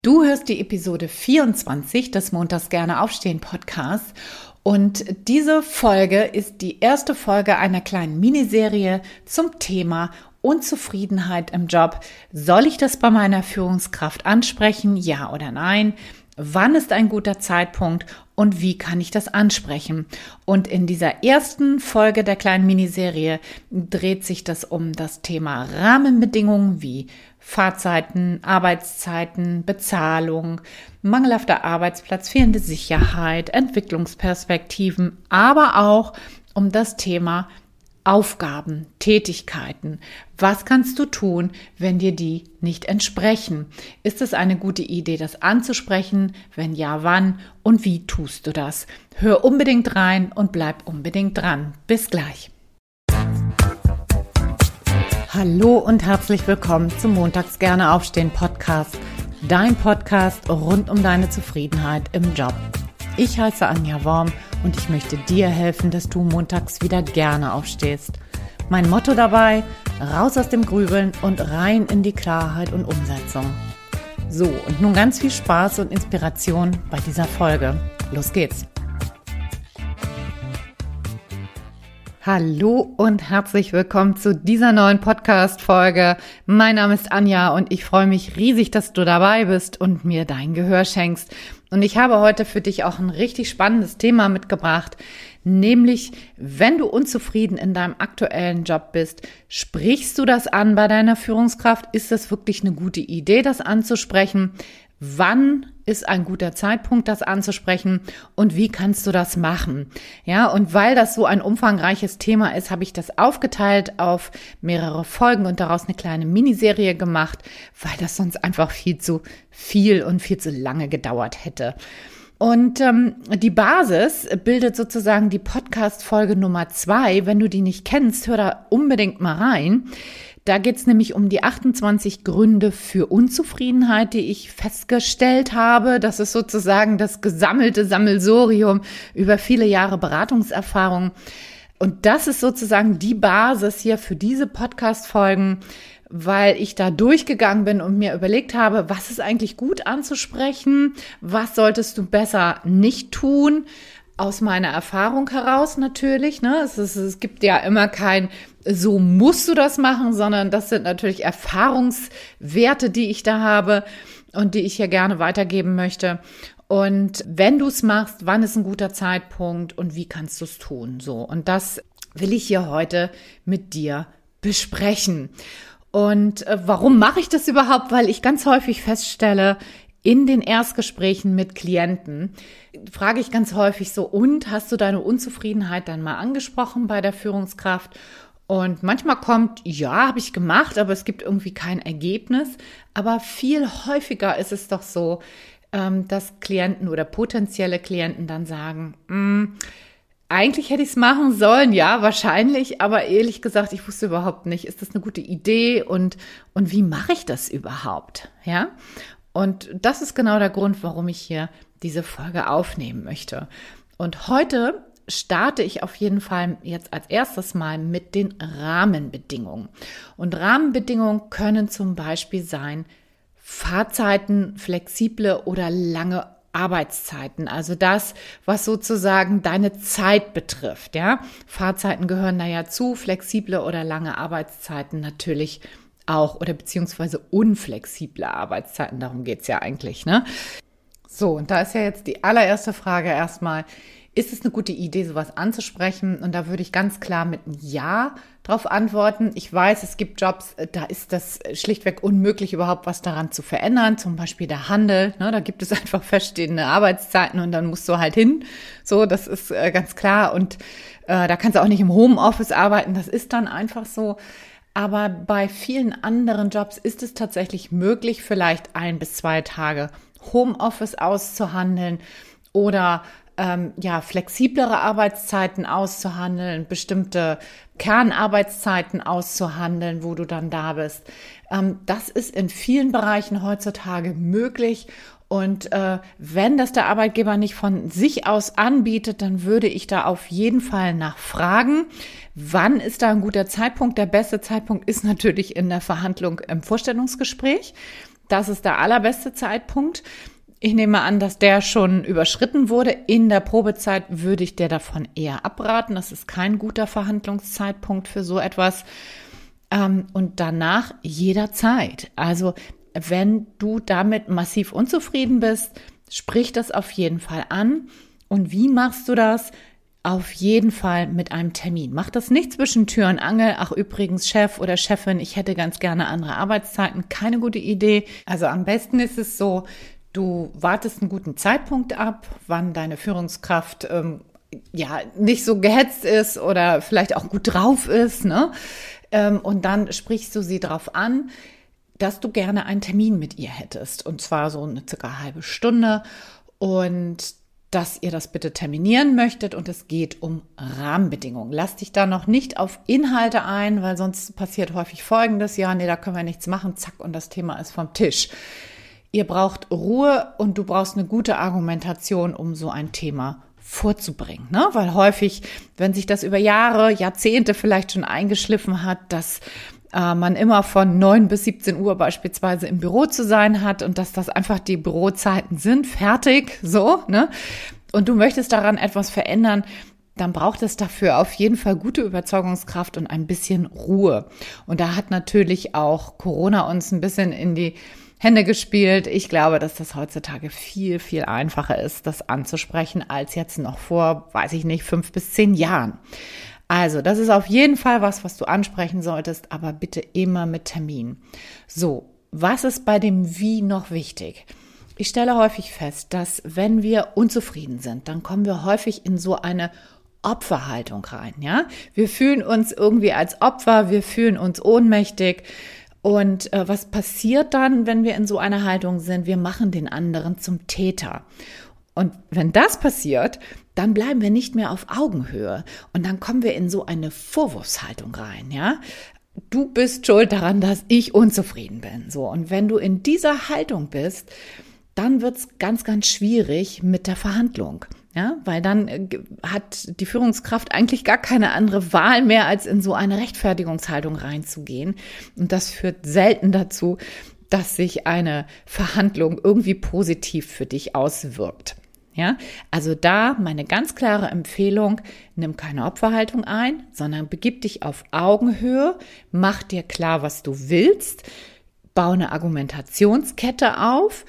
Du hörst die Episode 24 des Montags gerne aufstehen Podcasts und diese Folge ist die erste Folge einer kleinen Miniserie zum Thema Unzufriedenheit im Job. Soll ich das bei meiner Führungskraft ansprechen? Ja oder nein? Wann ist ein guter Zeitpunkt und wie kann ich das ansprechen? Und in dieser ersten Folge der kleinen Miniserie dreht sich das um das Thema Rahmenbedingungen wie Fahrzeiten, Arbeitszeiten, Bezahlung, mangelhafter Arbeitsplatz, fehlende Sicherheit, Entwicklungsperspektiven, aber auch um das Thema Aufgaben, Tätigkeiten. Was kannst du tun, wenn dir die nicht entsprechen? Ist es eine gute Idee, das anzusprechen? Wenn ja, wann? Und wie tust du das? Hör unbedingt rein und bleib unbedingt dran. Bis gleich. Hallo und herzlich willkommen zum Montags gerne aufstehen Podcast. Dein Podcast rund um deine Zufriedenheit im Job. Ich heiße Anja Worm und ich möchte dir helfen, dass du montags wieder gerne aufstehst. Mein Motto dabei: raus aus dem Grübeln und rein in die Klarheit und Umsetzung. So, und nun ganz viel Spaß und Inspiration bei dieser Folge. Los geht's! Hallo und herzlich willkommen zu dieser neuen Podcast-Folge. Mein Name ist Anja und ich freue mich riesig, dass du dabei bist und mir dein Gehör schenkst. Und ich habe heute für dich auch ein richtig spannendes Thema mitgebracht, nämlich wenn du unzufrieden in deinem aktuellen Job bist, sprichst du das an bei deiner Führungskraft? Ist das wirklich eine gute Idee, das anzusprechen? Wann ist ein guter Zeitpunkt, das anzusprechen und wie kannst du das machen? Ja, und weil das so ein umfangreiches Thema ist, habe ich das aufgeteilt auf mehrere Folgen und daraus eine kleine Miniserie gemacht, weil das sonst einfach viel zu viel und viel zu lange gedauert hätte. Und die Basis bildet sozusagen die Podcast-Folge Nummer 2. Wenn du die nicht kennst, hör da unbedingt mal rein. Da geht's nämlich um die 28 Gründe für Unzufriedenheit, die ich festgestellt habe. Das ist sozusagen das gesammelte Sammelsurium über viele Jahre Beratungserfahrung. Und das ist sozusagen die Basis hier für diese Podcast-Folgen, weil ich da durchgegangen bin und mir überlegt habe, was ist eigentlich gut anzusprechen? Was solltest du besser nicht tun? Aus meiner Erfahrung heraus natürlich, ne? Es gibt ja immer kein so musst du das machen, sondern das sind natürlich Erfahrungswerte, die ich da habe und die ich hier gerne weitergeben möchte. Und wenn du es machst, wann ist ein guter Zeitpunkt und wie kannst du es tun? So, und das will ich hier heute mit dir besprechen. Und warum mache ich das überhaupt? Weil ich ganz häufig feststelle, in den Erstgesprächen mit Klienten frage ich ganz häufig so, und hast du deine Unzufriedenheit dann mal angesprochen bei der Führungskraft? Und manchmal kommt, ja, habe ich gemacht, aber es gibt irgendwie kein Ergebnis. Aber viel häufiger ist es doch so, dass Klienten oder potenzielle Klienten dann sagen, eigentlich hätte ich es machen sollen, ja, wahrscheinlich, aber ehrlich gesagt, ich wusste überhaupt nicht, ist das eine gute Idee und wie mache ich das überhaupt, ja? Und das ist genau der Grund, warum ich hier diese Folge aufnehmen möchte. Und heute starte ich auf jeden Fall jetzt als erstes mal mit den Rahmenbedingungen. Und Rahmenbedingungen können zum Beispiel sein Fahrzeiten, flexible oder lange Arbeitszeiten, also das, was sozusagen deine Zeit betrifft, ja. Fahrzeiten gehören da ja zu, flexible oder lange Arbeitszeiten natürlich auch oder beziehungsweise unflexible Arbeitszeiten, darum geht's ja eigentlich, ne? So, und da ist ja jetzt die allererste Frage erstmal, ist es eine gute Idee, sowas anzusprechen? Und da würde ich ganz klar mit einem Ja drauf antworten. Ich weiß, es gibt Jobs, da ist das schlichtweg unmöglich, überhaupt was daran zu verändern. Zum Beispiel der Handel, ne? Da gibt es einfach feststehende Arbeitszeiten und dann musst du halt hin. So, das ist ganz klar. Und da kannst du auch nicht im Homeoffice arbeiten. Das ist dann einfach so. Aber bei vielen anderen Jobs ist es tatsächlich möglich, vielleicht 1 bis 2 Tage Homeoffice auszuhandeln oder flexiblere Arbeitszeiten auszuhandeln, bestimmte Kernarbeitszeiten auszuhandeln, wo du dann da bist. Das ist in vielen Bereichen heutzutage möglich. Und wenn das der Arbeitgeber nicht von sich aus anbietet, dann würde ich da auf jeden Fall nachfragen. Wann ist da ein guter Zeitpunkt? Der beste Zeitpunkt ist natürlich in der Verhandlung im Vorstellungsgespräch. das ist der allerbeste Zeitpunkt. Ich nehme an, dass der schon überschritten wurde. In der Probezeit würde ich dir davon eher abraten. Das ist kein guter Verhandlungszeitpunkt für so etwas. Und danach jederzeit. Also wenn du damit massiv unzufrieden bist, sprich das auf jeden Fall an. Und wie machst du das? Auf jeden Fall mit einem Termin. Mach das nicht zwischen Tür und Angel. Ach übrigens, Chef oder Chefin, ich hätte ganz gerne andere Arbeitszeiten. Keine gute Idee. Also am besten ist es so, du wartest einen guten Zeitpunkt ab, wann deine Führungskraft nicht so gehetzt ist oder vielleicht auch gut drauf ist, ne? Und dann sprichst du sie drauf an, dass du gerne einen Termin mit ihr hättest. Und zwar so eine circa halbe Stunde. Und dass ihr das bitte terminieren möchtet. Und es geht um Rahmenbedingungen. Lass dich da noch nicht auf Inhalte ein, weil sonst passiert häufig Folgendes. Ja, nee, da können wir nichts machen. Zack, und das Thema ist vom Tisch. Ihr braucht Ruhe und du brauchst eine gute Argumentation, um so ein Thema vorzubringen, ne? Weil häufig, wenn sich das über Jahre, Jahrzehnte vielleicht schon eingeschliffen hat, dass man immer von 9 bis 17 Uhr beispielsweise im Büro zu sein hat und dass das einfach die Bürozeiten sind, fertig, so, ne? Und du möchtest daran etwas verändern, dann braucht es dafür auf jeden Fall gute Überzeugungskraft und ein bisschen Ruhe. Und da hat natürlich auch Corona uns ein bisschen in die Hände gespielt. Ich glaube, dass das heutzutage viel, viel einfacher ist, das anzusprechen, als jetzt noch vor, 5 bis 10 Jahren. Also, das ist auf jeden Fall was du ansprechen solltest, aber bitte immer mit Termin. So, was ist bei dem Wie noch wichtig? Ich stelle häufig fest, dass wenn wir unzufrieden sind, dann kommen wir häufig in so eine Opferhaltung rein, ja? Wir fühlen uns irgendwie als Opfer, wir fühlen uns ohnmächtig. Und was passiert dann, wenn wir in so einer Haltung sind? Wir machen den anderen zum Täter. Und wenn das passiert, dann bleiben wir nicht mehr auf Augenhöhe. Und dann kommen wir in so eine Vorwurfshaltung rein, ja? Du bist schuld daran, dass ich unzufrieden bin. So. Und wenn du in dieser Haltung bist, dann wird's ganz, ganz schwierig mit der Verhandlung. Ja, weil dann hat die Führungskraft eigentlich gar keine andere Wahl mehr, als in so eine Rechtfertigungshaltung reinzugehen. Und das führt selten dazu, dass sich eine Verhandlung irgendwie positiv für dich auswirkt. Ja, also da meine ganz klare Empfehlung, nimm keine Opferhaltung ein, sondern begib dich auf Augenhöhe, mach dir klar, was du willst, baue eine Argumentationskette auf,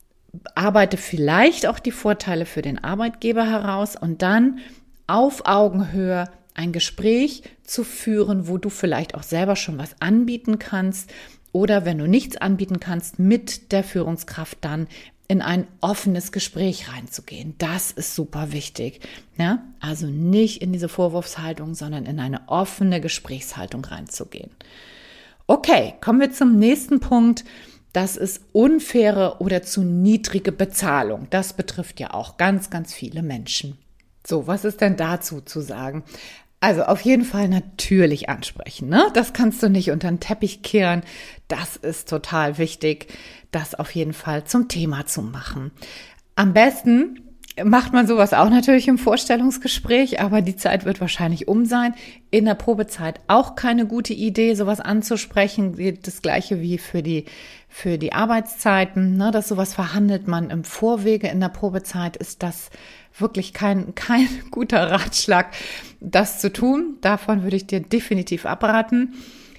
arbeite vielleicht auch die Vorteile für den Arbeitgeber heraus und dann auf Augenhöhe ein Gespräch zu führen, wo du vielleicht auch selber schon was anbieten kannst oder wenn du nichts anbieten kannst, mit der Führungskraft dann in ein offenes Gespräch reinzugehen. Das ist super wichtig. Ja? Also nicht in diese Vorwurfshaltung, sondern in eine offene Gesprächshaltung reinzugehen. Okay, kommen wir zum nächsten Punkt. Das ist unfaire oder zu niedrige Bezahlung. Das betrifft ja auch ganz, ganz viele Menschen. So, was ist denn dazu zu sagen? Also auf jeden Fall natürlich ansprechen, ne? Das kannst du nicht unter den Teppich kehren. Das ist total wichtig, das auf jeden Fall zum Thema zu machen. Am besten macht man sowas auch natürlich im Vorstellungsgespräch, aber die Zeit wird wahrscheinlich um sein. In der Probezeit auch keine gute Idee, sowas anzusprechen. Das Gleiche wie für die Arbeitszeiten, ne? Dass sowas verhandelt man im Vorwege. In der Probezeit ist das wirklich kein guter Ratschlag, das zu tun. Davon würde ich dir definitiv abraten.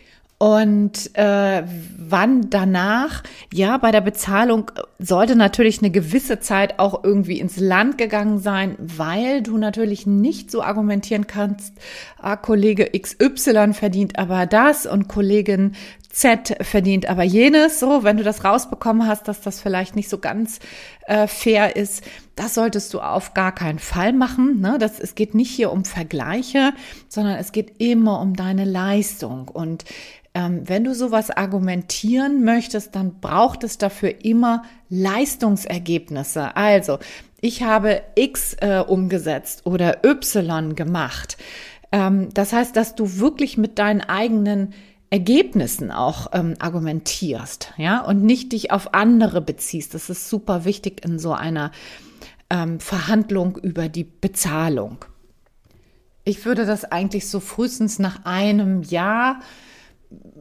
Und wann danach? Ja, bei der Bezahlung sollte natürlich eine gewisse Zeit auch irgendwie ins Land gegangen sein, weil du natürlich nicht so argumentieren kannst, Kollege XY verdient aber das und Kollegin Z verdient aber jenes. So, wenn du das rausbekommen hast, dass das vielleicht nicht so ganz fair ist, das solltest du auf gar keinen Fall machen. Ne? Es geht nicht hier um Vergleiche, sondern es geht immer um deine Leistung. Und wenn du sowas argumentieren möchtest, dann braucht es dafür immer Leistungsergebnisse. Also, ich habe X umgesetzt oder Y gemacht. Das heißt, dass du wirklich mit deinen eigenen Ergebnissen auch argumentierst, ja, und nicht dich auf andere beziehst. Das ist super wichtig in so einer Verhandlung über die Bezahlung. Ich würde das eigentlich so frühestens nach einem Jahr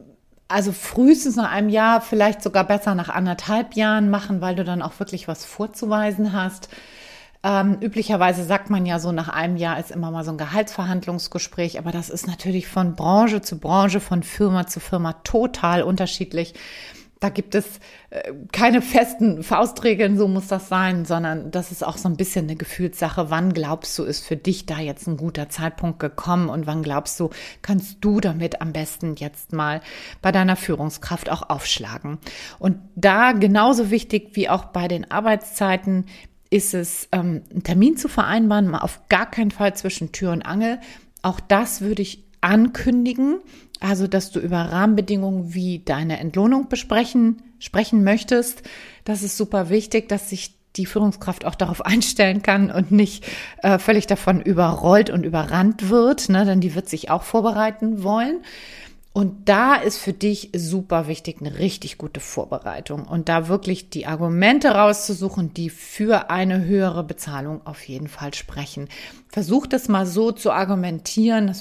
Also frühestens nach einem Jahr, vielleicht sogar besser nach 1,5 Jahren machen, weil du dann auch wirklich was vorzuweisen hast. Üblicherweise sagt man ja so, nach einem Jahr ist immer mal so ein Gehaltsverhandlungsgespräch, aber das ist natürlich von Branche zu Branche, von Firma zu Firma total unterschiedlich. Da gibt es keine festen Faustregeln, so muss das sein, sondern das ist auch so ein bisschen eine Gefühlssache. Wann glaubst du, ist für dich da jetzt ein guter Zeitpunkt gekommen und wann glaubst du, kannst du damit am besten jetzt mal bei deiner Führungskraft auch aufschlagen? Und da genauso wichtig wie auch bei den Arbeitszeiten ist es, einen Termin zu vereinbaren, mal auf gar keinen Fall zwischen Tür und Angel. Auch das würde ich ankündigen, also dass du über Rahmenbedingungen wie deine Entlohnung sprechen möchtest. Das ist super wichtig, dass sich die Führungskraft auch darauf einstellen kann und nicht völlig davon überrollt und überrannt wird, ne? Denn die wird sich auch vorbereiten wollen. Und da ist für dich super wichtig eine richtig gute Vorbereitung und da wirklich die Argumente rauszusuchen, die für eine höhere Bezahlung auf jeden Fall sprechen. Versuch das mal so zu argumentieren.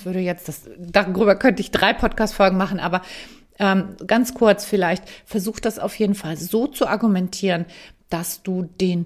Darüber könnte ich 3 Podcast-Folgen machen, aber ganz kurz vielleicht, versuch das auf jeden Fall so zu argumentieren, dass du den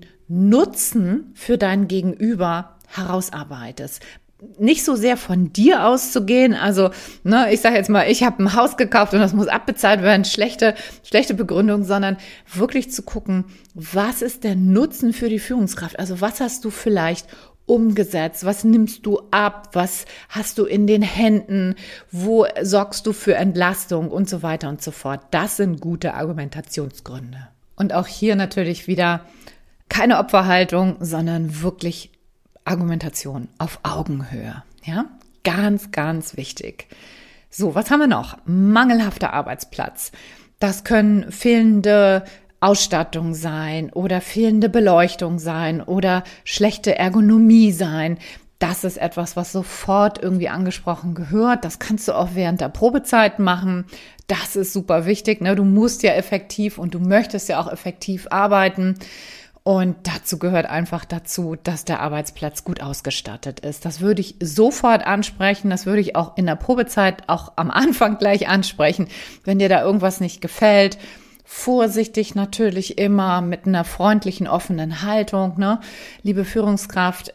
Nutzen für dein Gegenüber herausarbeitest. Nicht so sehr von dir auszugehen, also ich sage jetzt mal, ich habe ein Haus gekauft und das muss abbezahlt werden, schlechte Begründung, sondern wirklich zu gucken, was ist der Nutzen für die Führungskraft? Also was hast du vielleicht umgesetzt? Was nimmst du ab? Was hast du in den Händen? Wo sorgst du für Entlastung und so weiter und so fort? Das sind gute Argumentationsgründe. Und auch hier natürlich wieder keine Opferhaltung, sondern wirklich Argumentation auf Augenhöhe, ja? Ganz, ganz wichtig. So, was haben wir noch? Mangelhafter Arbeitsplatz. Das können fehlende Ausstattung sein oder fehlende Beleuchtung sein oder schlechte Ergonomie sein. Das ist etwas, was sofort irgendwie angesprochen gehört. Das kannst du auch während der Probezeit machen. Das ist super wichtig, ne? Du musst ja effektiv und du möchtest ja auch effektiv arbeiten. Und dazu gehört einfach dazu, dass der Arbeitsplatz gut ausgestattet ist. Das würde ich sofort ansprechen. Das würde ich auch in der Probezeit auch am Anfang gleich ansprechen. Wenn dir da irgendwas nicht gefällt, vorsichtig natürlich immer mit einer freundlichen, offenen Haltung, ne? Liebe Führungskraft,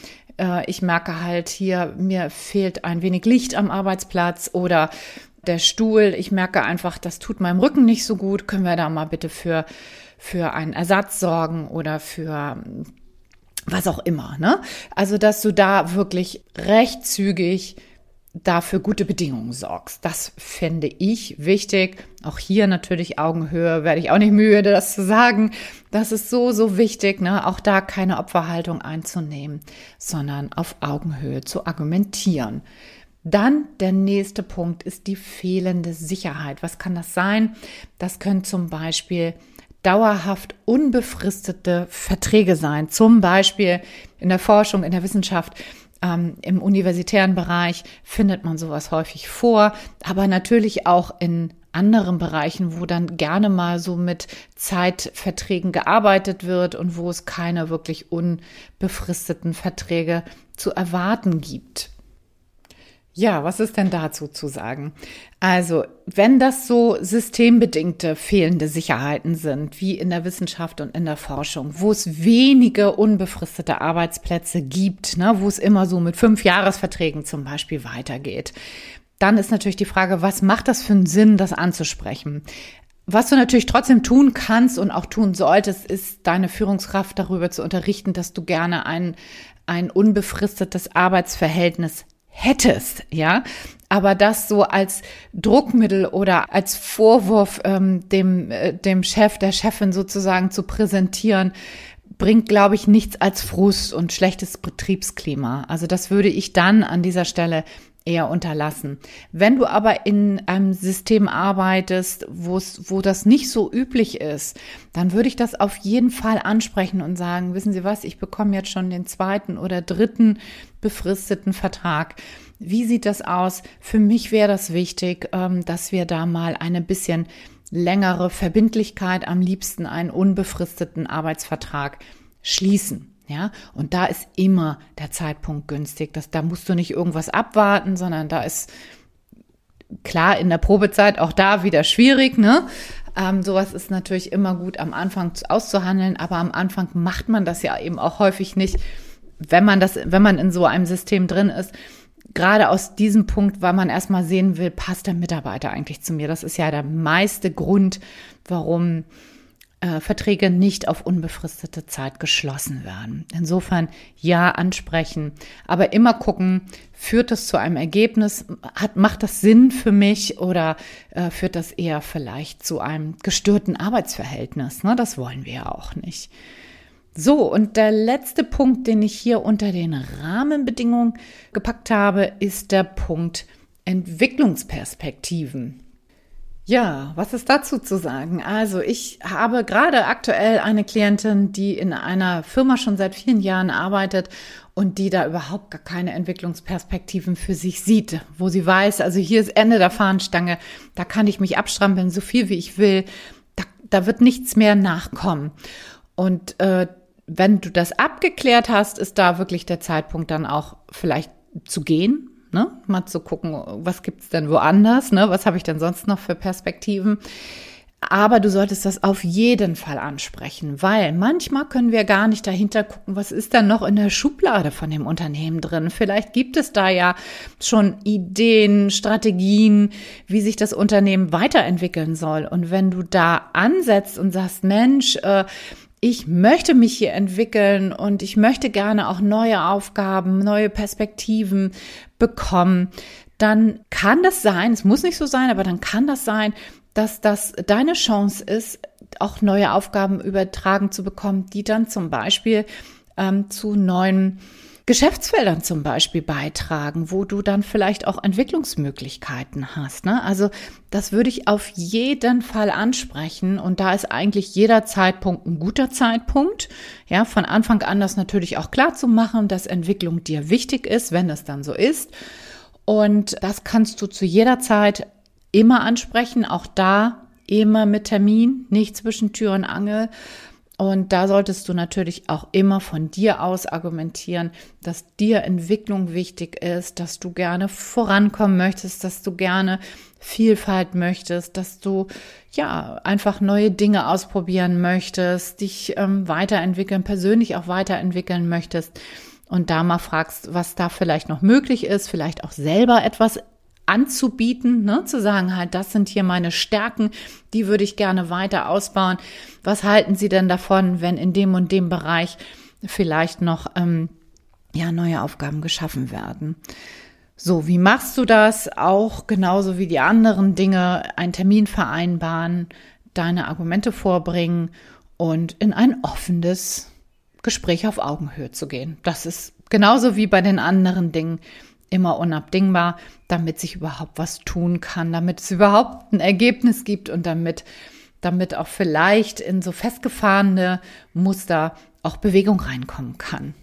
ich merke halt hier, mir fehlt ein wenig Licht am Arbeitsplatz oder der Stuhl. Ich merke einfach, das tut meinem Rücken nicht so gut. Können wir da mal bitte für einen Ersatz sorgen oder für was auch immer, ne? Also, dass du da wirklich recht zügig dafür gute Bedingungen sorgst. Das finde ich wichtig. Auch hier natürlich Augenhöhe, werde ich auch nicht müde, das zu sagen. Das ist so, so wichtig, ne? Auch da keine Opferhaltung einzunehmen, sondern auf Augenhöhe zu argumentieren. Dann der nächste Punkt ist die fehlende Sicherheit. Was kann das sein? Das können zum Beispiel dauerhaft unbefristete Verträge sein. Zum Beispiel in der Forschung, in der Wissenschaft, im universitären Bereich findet man sowas häufig vor, aber natürlich auch in anderen Bereichen, wo dann gerne mal so mit Zeitverträgen gearbeitet wird und wo es keine wirklich unbefristeten Verträge zu erwarten gibt. Ja, was ist denn dazu zu sagen? Also, wenn das so systembedingte fehlende Sicherheiten sind, wie in der Wissenschaft und in der Forschung, wo es wenige unbefristete Arbeitsplätze gibt, ne, wo es immer so mit 5-Jahresverträgen zum Beispiel weitergeht, dann ist natürlich die Frage, was macht das für einen Sinn, das anzusprechen? Was du natürlich trotzdem tun kannst und auch tun solltest, ist deine Führungskraft darüber zu unterrichten, dass du gerne ein unbefristetes Arbeitsverhältnis hättest, ja, aber das so als Druckmittel oder als Vorwurf dem Chef, der Chefin sozusagen zu präsentieren, bringt, glaube ich, nichts als Frust und schlechtes Betriebsklima. Also das würde ich dann an dieser Stelle eher unterlassen. Wenn du aber in einem System arbeitest, wo das nicht so üblich ist, dann würde ich das auf jeden Fall ansprechen und sagen, wissen Sie was, ich bekomme jetzt schon den 2. oder 3. befristeten Vertrag. Wie sieht das aus? Für mich wäre das wichtig, dass wir da mal eine bisschen längere Verbindlichkeit, am liebsten einen unbefristeten Arbeitsvertrag schließen. Ja, und da ist immer der Zeitpunkt günstig. Da musst du nicht irgendwas abwarten, sondern da ist klar, in der Probezeit auch da wieder schwierig, ne? Sowas ist natürlich immer gut am Anfang auszuhandeln, aber am Anfang macht man das ja eben auch häufig nicht, wenn man in so einem System drin ist. Gerade aus diesem Punkt, weil man erstmal sehen will, passt der Mitarbeiter eigentlich zu mir? Das ist ja der meiste Grund, warum Verträge nicht auf unbefristete Zeit geschlossen werden. Insofern ja ansprechen, aber immer gucken, führt das zu einem Ergebnis? Macht das Sinn für mich oder führt das eher vielleicht zu einem gestörten Arbeitsverhältnis? Ne? Das wollen wir ja auch nicht. So, und der letzte Punkt, den ich hier unter den Rahmenbedingungen gepackt habe, ist der Punkt Entwicklungsperspektiven. Ja, was ist dazu zu sagen? Also ich habe gerade aktuell eine Klientin, die in einer Firma schon seit vielen Jahren arbeitet und die da überhaupt gar keine Entwicklungsperspektiven für sich sieht, wo sie weiß, also hier ist Ende der Fahnenstange, da kann ich mich abstrampeln, so viel wie ich will, da wird nichts mehr nachkommen. Und wenn du das abgeklärt hast, ist da wirklich der Zeitpunkt dann auch vielleicht zu gehen. Ne? Mal zu gucken, was gibt's denn woanders, ne? Was habe ich denn sonst noch für Perspektiven? Aber du solltest das auf jeden Fall ansprechen, weil manchmal können wir gar nicht dahinter gucken, was ist da noch in der Schublade von dem Unternehmen drin. Vielleicht gibt es da ja schon Ideen, Strategien, wie sich das Unternehmen weiterentwickeln soll. Und wenn du da ansetzt und sagst, Mensch, ich möchte mich hier entwickeln und ich möchte gerne auch neue Aufgaben, neue Perspektiven bekommen, dann kann das sein, es muss nicht so sein, aber dann kann das sein, dass das deine Chance ist, auch neue Aufgaben übertragen zu bekommen, die dann zum Beispiel zu neuen Geschäftsfeldern zum Beispiel beitragen, wo du dann vielleicht auch Entwicklungsmöglichkeiten hast, ne? Also das würde ich auf jeden Fall ansprechen und da ist eigentlich jeder Zeitpunkt ein guter Zeitpunkt, ja, von Anfang an das natürlich auch klar zu machen, dass Entwicklung dir wichtig ist, wenn es dann so ist und das kannst du zu jeder Zeit immer ansprechen, auch da immer mit Termin, nicht zwischen Tür und Angel. Und da solltest du natürlich auch immer von dir aus argumentieren, dass dir Entwicklung wichtig ist, dass du gerne vorankommen möchtest, dass du gerne Vielfalt möchtest, dass du ja einfach neue Dinge ausprobieren möchtest, dich weiterentwickeln, persönlich auch weiterentwickeln möchtest und da mal fragst, was da vielleicht noch möglich ist, vielleicht auch selber etwas anzubieten, ne, zu sagen halt, das sind hier meine Stärken, die würde ich gerne weiter ausbauen. Was halten Sie denn davon, wenn in dem und dem Bereich vielleicht noch neue Aufgaben geschaffen werden? So, wie machst du das? Auch genauso wie die anderen Dinge, einen Termin vereinbaren, deine Argumente vorbringen und in ein offenes Gespräch auf Augenhöhe zu gehen. Das ist genauso wie bei den anderen Dingen immer unabdingbar, damit sich überhaupt was tun kann, damit es überhaupt ein Ergebnis gibt und damit auch vielleicht in so festgefahrene Muster auch Bewegung reinkommen kann.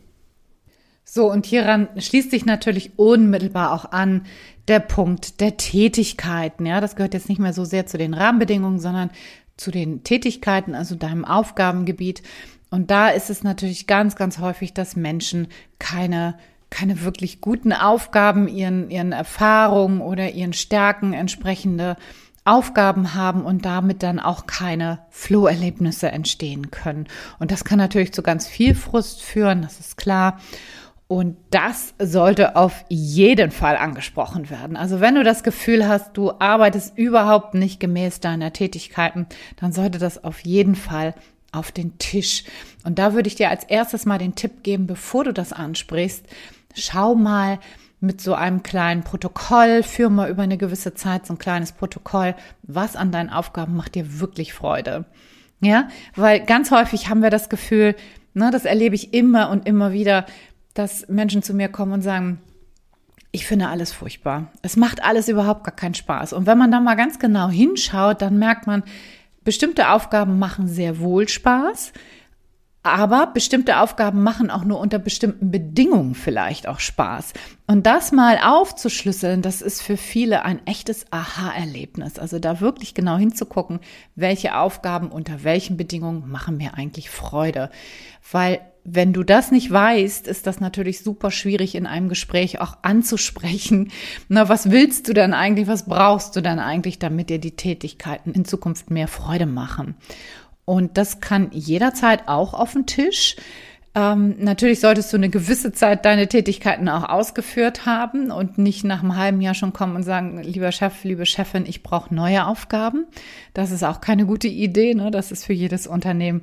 So, und hieran schließt sich natürlich unmittelbar auch an der Punkt der Tätigkeiten. Ja, das gehört jetzt nicht mehr so sehr zu den Rahmenbedingungen, sondern zu den Tätigkeiten, also deinem Aufgabengebiet. Und da ist es natürlich ganz, ganz häufig, dass Menschen keine wirklich guten Aufgaben, ihren Erfahrungen oder ihren Stärken entsprechende Aufgaben haben und damit dann auch keine Flow-Erlebnisse entstehen können. Und das kann natürlich zu ganz viel Frust führen, das ist klar. Und das sollte auf jeden Fall angesprochen werden. Also wenn du das Gefühl hast, du arbeitest überhaupt nicht gemäß deiner Tätigkeiten, dann sollte das auf jeden Fall auf den Tisch. Und da würde ich dir als erstes mal den Tipp geben, bevor du das ansprichst, schau mal mit so einem kleinen Protokoll, führ mal über eine gewisse Zeit so ein kleines Protokoll, was an deinen Aufgaben macht dir wirklich Freude. Ja, weil ganz häufig haben wir das Gefühl, ne, das erlebe ich immer und immer wieder, dass Menschen zu mir kommen und sagen, ich finde alles furchtbar. Es macht alles überhaupt gar keinen Spaß. Und wenn man da mal ganz genau hinschaut, dann merkt man, bestimmte Aufgaben machen sehr wohl Spaß, Aber bestimmte Aufgaben machen auch nur unter bestimmten Bedingungen vielleicht auch Spaß. Und das mal aufzuschlüsseln, das ist für viele ein echtes Aha-Erlebnis. Also da wirklich genau hinzugucken, welche Aufgaben unter welchen Bedingungen machen mir eigentlich Freude. Weil wenn du das nicht weißt, ist das natürlich super schwierig in einem Gespräch auch anzusprechen. Na, was willst du denn eigentlich, was brauchst du denn eigentlich, damit dir die Tätigkeiten in Zukunft mehr Freude machen? Und das kann jederzeit auch auf den Tisch. Natürlich solltest du eine gewisse Zeit deine Tätigkeiten auch ausgeführt haben und nicht nach einem halben Jahr schon kommen und sagen, lieber Chef, liebe Chefin, ich brauche neue Aufgaben. Das ist auch keine gute Idee, ne? Das ist für jedes Unternehmen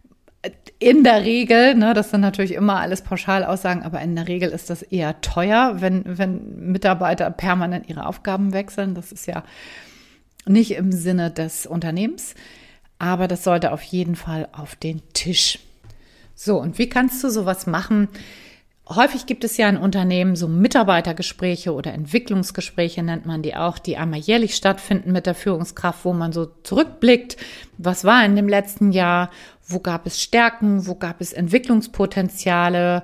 in der Regel, ne, das sind natürlich immer alles Pauschalaussagen, aber in der Regel ist das eher teuer, wenn Mitarbeiter permanent ihre Aufgaben wechseln. Das ist ja nicht im Sinne des Unternehmens. Aber das sollte auf jeden Fall auf den Tisch. So, und wie kannst du sowas machen? Häufig gibt es ja in Unternehmen so Mitarbeitergespräche oder Entwicklungsgespräche, nennt man die auch, die einmal jährlich stattfinden mit der Führungskraft, wo man so zurückblickt, was war in dem letzten Jahr, wo gab es Stärken, wo gab es Entwicklungspotenziale.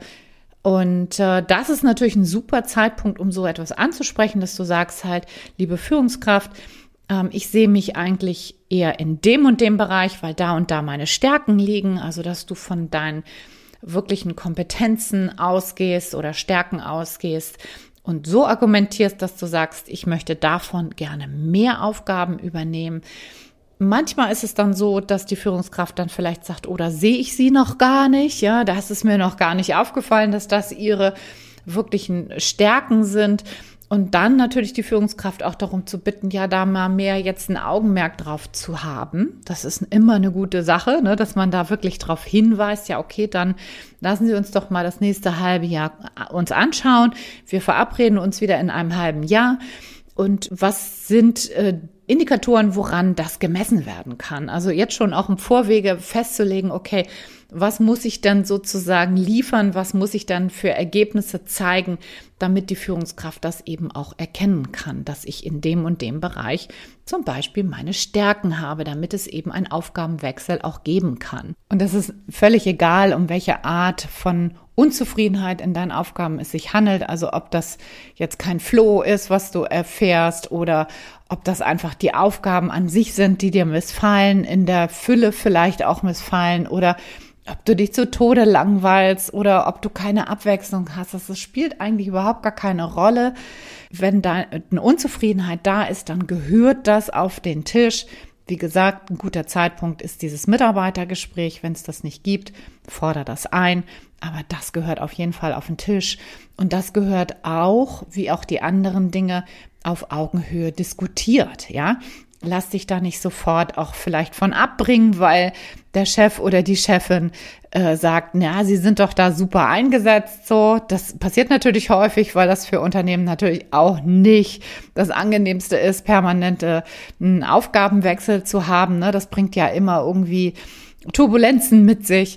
Und das ist natürlich ein super Zeitpunkt, um so etwas anzusprechen, dass du sagst halt, liebe Führungskraft, ich sehe mich eigentlich eher in dem und dem Bereich, weil da und da meine Stärken liegen. Also, dass du von deinen wirklichen Kompetenzen ausgehst oder Stärken ausgehst und so argumentierst, dass du sagst, ich möchte davon gerne mehr Aufgaben übernehmen. Manchmal ist es dann so, dass die Führungskraft dann vielleicht sagt, oder sehe ich sie noch gar nicht? Ja, da ist es mir noch gar nicht aufgefallen, dass das ihre wirklichen Stärken sind. Und dann natürlich die Führungskraft auch darum zu bitten, ja, da mal mehr jetzt ein Augenmerk drauf zu haben. Das ist immer eine gute Sache, ne, dass man da wirklich drauf hinweist. Ja, okay, dann lassen Sie uns doch mal das nächste halbe Jahr uns anschauen. Wir verabreden uns wieder in einem halben Jahr. Und was sind Indikatoren, woran das gemessen werden kann? Also jetzt schon auch im Vorwege festzulegen, okay, was muss ich dann sozusagen liefern? Was muss ich dann für Ergebnisse zeigen, damit die Führungskraft das eben auch erkennen kann, dass ich in dem und dem Bereich zum Beispiel meine Stärken habe, damit es eben einen Aufgabenwechsel auch geben kann. Und es ist völlig egal, um welche Art von Unzufriedenheit in deinen Aufgaben es sich handelt. Also ob das jetzt kein Flow ist, was du erfährst, oder ob das einfach die Aufgaben an sich sind, die dir missfallen, in der Fülle vielleicht auch missfallen, oder ob du dich zu Tode langweilst oder ob du keine Abwechslung hast. Das spielt eigentlich überhaupt gar keine Rolle. Wenn da eine Unzufriedenheit da ist, dann gehört das auf den Tisch. Wie gesagt, ein guter Zeitpunkt ist dieses Mitarbeitergespräch. Wenn es das nicht gibt, fordere das ein. Aber das gehört auf jeden Fall auf den Tisch. Und das gehört auch, wie auch die anderen Dinge, auf Augenhöhe diskutiert, ja. Lass dich da nicht sofort auch vielleicht von abbringen, weil der Chef oder die Chefin sagt, na, sie sind doch da super eingesetzt, so. Das passiert natürlich häufig, weil das für Unternehmen natürlich auch nicht das Angenehmste ist, permanente einen Aufgabenwechsel zu haben, ne? Das bringt ja immer irgendwie Turbulenzen mit sich.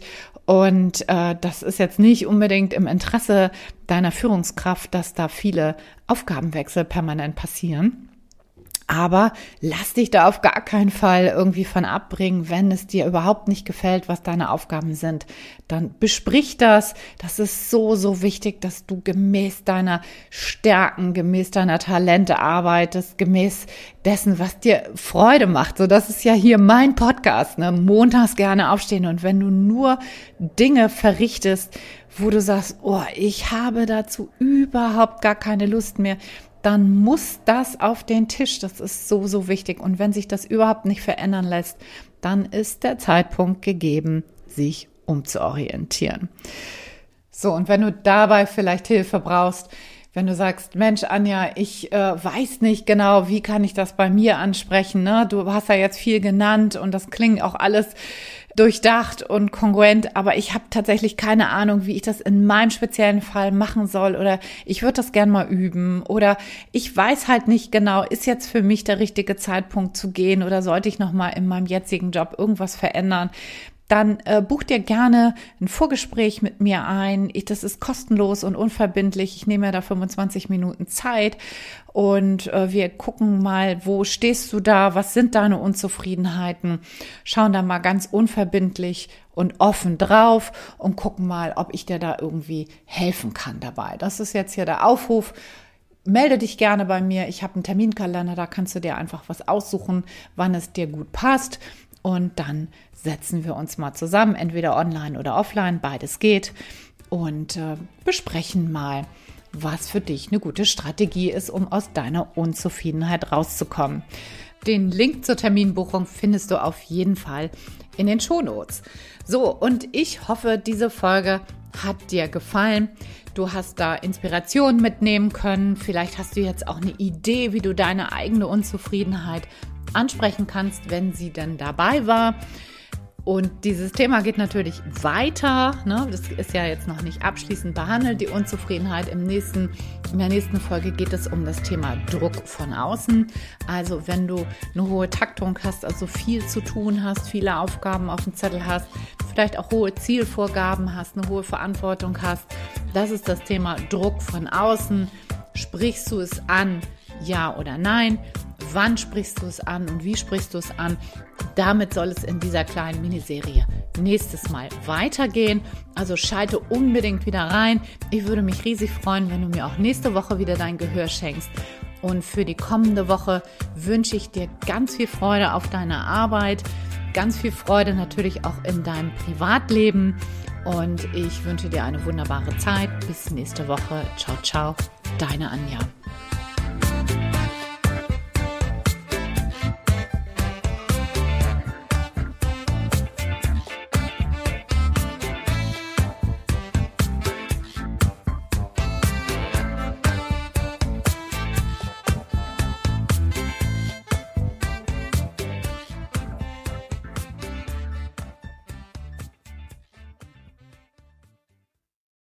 Und das ist jetzt nicht unbedingt im Interesse deiner Führungskraft, dass da viele Aufgabenwechsel permanent passieren. Aber lass dich da auf gar keinen Fall irgendwie von abbringen, wenn es dir überhaupt nicht gefällt, was deine Aufgaben sind. Dann besprich das. Das ist so, so wichtig, dass du gemäß deiner Stärken, gemäß deiner Talente arbeitest, gemäß dessen, was dir Freude macht. So, das ist ja hier mein Podcast, ne? Montags gerne aufstehen. Und wenn du nur Dinge verrichtest, wo du sagst, oh, ich habe dazu überhaupt gar keine Lust mehr, dann muss das auf den Tisch. Das ist so, so wichtig. Und wenn sich das überhaupt nicht verändern lässt, dann ist der Zeitpunkt gegeben, sich umzuorientieren. So, und wenn du dabei vielleicht Hilfe brauchst, wenn du sagst, Mensch, Anja, ich weiß nicht genau, wie kann ich das bei mir ansprechen, ne? Du hast ja jetzt viel genannt und das klingt auch alles durchdacht und kongruent, aber ich habe tatsächlich keine Ahnung, wie ich das in meinem speziellen Fall machen soll, oder ich würde das gern mal üben, oder ich weiß halt nicht genau, ist jetzt für mich der richtige Zeitpunkt zu gehen oder sollte ich noch mal in meinem jetzigen Job irgendwas verändern? dann buch dir gerne ein Vorgespräch mit mir ein. Das ist kostenlos und unverbindlich. Ich nehme mir da 25 Minuten Zeit und wir gucken mal, wo stehst du da? Was sind deine Unzufriedenheiten? Schauen da mal ganz unverbindlich und offen drauf und gucken mal, ob ich dir da irgendwie helfen kann dabei. Das ist jetzt hier der Aufruf. Melde dich gerne bei mir. Ich habe einen Terminkalender, da kannst du dir einfach was aussuchen, wann es dir gut passt. Und dann setzen wir uns mal zusammen, entweder online oder offline, beides geht, und besprechen mal, was für dich eine gute Strategie ist, um aus deiner Unzufriedenheit rauszukommen. Den Link zur Terminbuchung findest du auf jeden Fall in den Shownotes. So, und ich hoffe, diese Folge hat dir gefallen. Du hast da Inspiration mitnehmen können. Vielleicht hast du jetzt auch eine Idee, wie du deine eigene Unzufriedenheit ansprechen kannst, wenn sie denn dabei war. Und dieses Thema geht natürlich weiter, ne? Das ist ja jetzt noch nicht abschließend behandelt, die Unzufriedenheit. In der nächsten Folge geht es um das Thema Druck von außen. Also wenn du eine hohe Taktung hast, also viel zu tun hast, viele Aufgaben auf dem Zettel hast, vielleicht auch hohe Zielvorgaben hast, eine hohe Verantwortung hast, das ist das Thema Druck von außen. Sprichst du es an, ja oder nein? Wann sprichst du es an und wie sprichst du es an? Damit soll es in dieser kleinen Miniserie nächstes Mal weitergehen. Also schalte unbedingt wieder rein. Ich würde mich riesig freuen, wenn du mir auch nächste Woche wieder dein Gehör schenkst. Und für die kommende Woche wünsche ich dir ganz viel Freude auf deiner Arbeit, ganz viel Freude natürlich auch in deinem Privatleben. Und ich wünsche dir eine wunderbare Zeit. Bis nächste Woche. Ciao, ciao. Deine Anja.